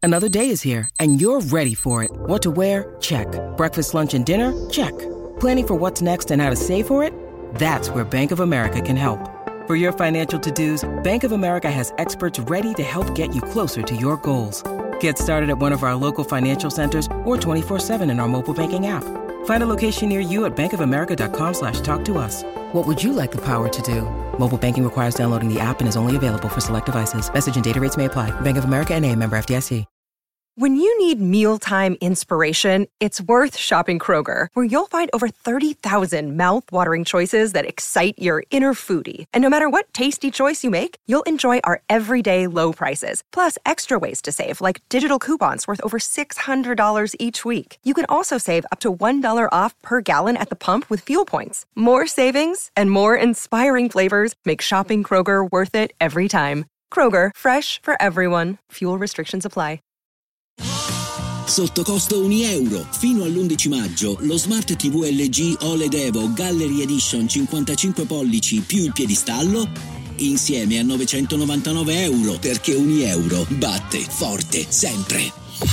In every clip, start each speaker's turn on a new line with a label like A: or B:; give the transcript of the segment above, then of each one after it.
A: Another day is here, and you're ready for it. What to wear? Check. Breakfast, lunch, and dinner? Check. Planning for what's next and how to save for it? That's where Bank of America can help. For your financial to-dos, Bank of America has experts ready to help get you closer to your goals. Get started at one of our local financial centers or 24/7 in our mobile banking app. Find a location near you at bankofamerica.com/talktous. What would you like the power to do? Mobile banking requires downloading the app and is only available for select devices. Message and data rates may apply. Bank of America N.A., member FDIC.
B: When you need mealtime inspiration, it's worth shopping Kroger, where you'll find over 30,000 mouth-watering choices that excite your inner foodie. And no matter what tasty choice you make, you'll enjoy our everyday low prices, plus extra ways to save, like digital coupons worth over $600 each week. You can also save up to $1 off per gallon at the pump with fuel points. More savings and more inspiring flavors make shopping Kroger worth it every time. Kroger, fresh for everyone. Fuel restrictions apply.
C: Sotto costo €1. Fino all'11 maggio lo Smart TV LG OLED Evo Gallery Edition 55 pollici più il piedistallo insieme a €999, perché €1 batte forte sempre.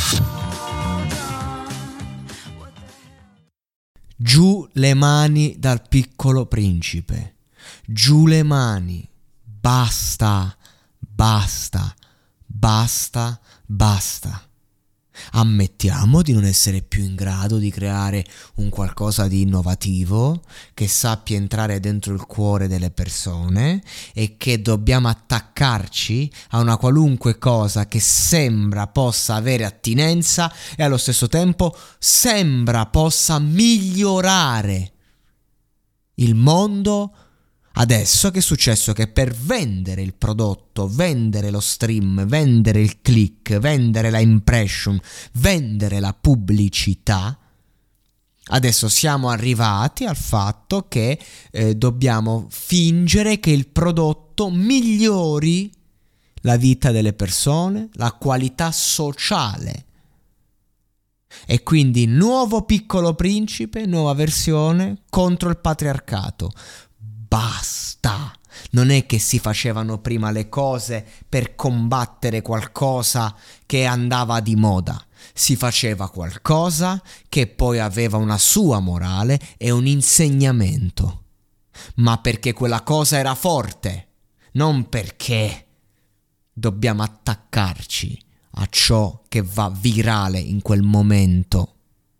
D: Giù le mani dal Piccolo Principe. Giù le mani. Basta, basta, basta, basta. Ammettiamo di non essere più in grado di creare un qualcosa di innovativo che sappia entrare dentro il cuore delle persone e che dobbiamo attaccarci a una qualunque cosa che sembra possa avere attinenza e allo stesso tempo sembra possa migliorare il mondo. Adesso che è successo? Che per vendere il prodotto, vendere lo stream, vendere il click, vendere la impression, vendere la pubblicità, adesso siamo arrivati al fatto che dobbiamo fingere che il prodotto migliori la vita delle persone, la qualità sociale. E quindi nuovo Piccolo Principe, nuova versione contro il patriarcato. Basta! Non è che si facevano prima le cose per combattere qualcosa che andava di moda. Si faceva qualcosa che poi aveva una sua morale e un insegnamento. Ma perché quella cosa era forte, non perché dobbiamo attaccarci a ciò che va virale in quel momento.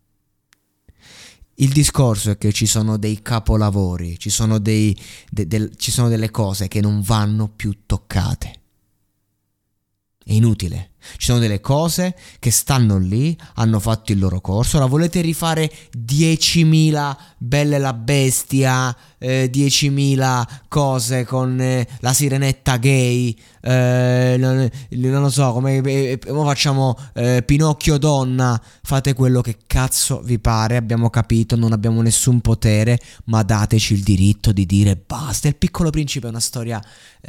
D: Il discorso è che ci sono dei capolavori, ci sono delle cose che non vanno più toccate. È inutile. Ci sono delle cose che stanno lì, hanno fatto il loro corso. Ora volete rifare 10.000 Belle la Bestia, 10.000 cose con la sirenetta gay, non lo so, come facciamo Pinocchio donna. Fate quello che cazzo vi pare, abbiamo capito, non abbiamo nessun potere, ma dateci il diritto di dire basta. Il Piccolo Principe è una storia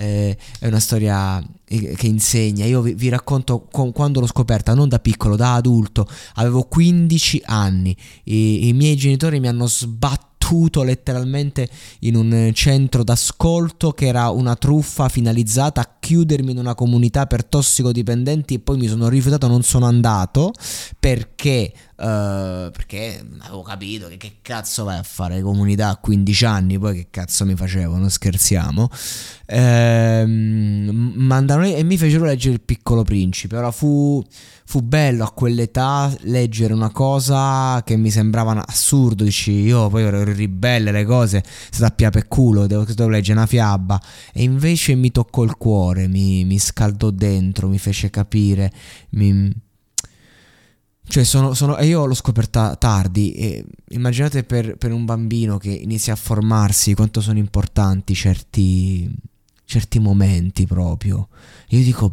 D: che insegna. Io vi racconto quando l'ho scoperta, non da piccolo, da adulto. Avevo 15 anni, i miei genitori mi hanno sbattuto letteralmente in un centro d'ascolto che era una truffa finalizzata a chiudermi in una comunità per tossicodipendenti, e poi mi sono rifiutato, non sono andato perché avevo capito che cazzo vai a fare comunità a 15 anni, poi che cazzo mi facevo, non scherziamo. Mandarono e mi fecero leggere Il Piccolo Principe. Ora fu bello a quell'età leggere una cosa che mi sembrava assurdo. Dici, io poi ero ribelle, le cose si sappia per culo, devo leggere una fiaba, e invece mi toccò il cuore, mi scaldò dentro, mi fece capire, cioè e io l'ho scoperta tardi, e immaginate per un bambino che inizia a formarsi quanto sono importanti certi momenti proprio. Io dico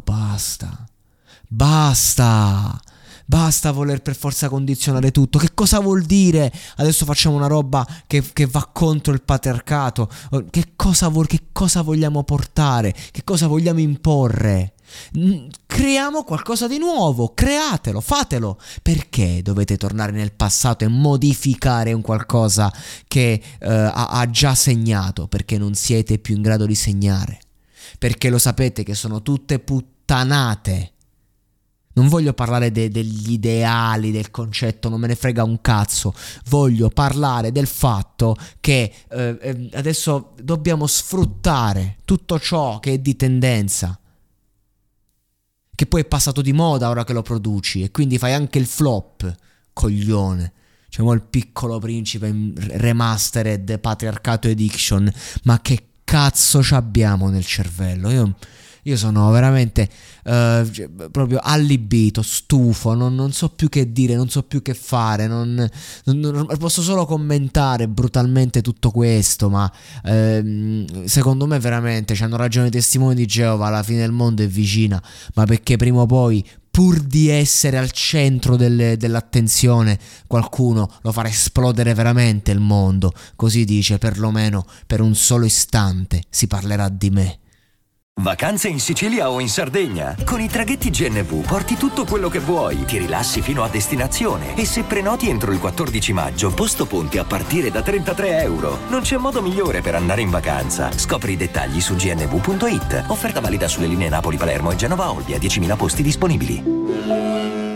D: basta voler per forza condizionare tutto. Che cosa vuol dire adesso facciamo una roba che va contro il patriarcato? Che cosa vogliamo portare? Che cosa vogliamo imporre? Creiamo qualcosa di nuovo, createlo, fatelo. Perché dovete tornare nel passato e modificare un qualcosa che ha già segnato? Perché non siete più in grado di segnare, perché lo sapete che sono tutte puttanate. Non voglio parlare degli ideali, del concetto, non me ne frega un cazzo. Voglio parlare del fatto che adesso dobbiamo sfruttare tutto ciò che è di tendenza, che poi è passato di moda ora che lo produci, e quindi fai anche il flop, coglione. Cioè, mo il Piccolo Principe in remastered, Patriarcato Edition. Ma che cazzo c'abbiamo nel cervello? Io sono veramente proprio allibito, stufo, non so più che dire, non so più che fare, non posso solo commentare brutalmente tutto questo, ma secondo me veramente c'hanno ragione i testimoni di Geova, la fine del mondo è vicina, ma perché prima o poi, pur di essere al centro dell'attenzione, qualcuno lo farà esplodere veramente il mondo, così dice, perlomeno per un solo istante si parlerà di me.
E: Vacanze in Sicilia o in Sardegna? Con i traghetti GNV porti tutto quello che vuoi, ti rilassi fino a destinazione e se prenoti entro il 14 maggio, posto ponti a partire da €33. Non c'è modo migliore per andare in vacanza. Scopri i dettagli su gnv.it. Offerta valida sulle linee Napoli-Palermo e Genova-Olbia, 10.000 posti disponibili.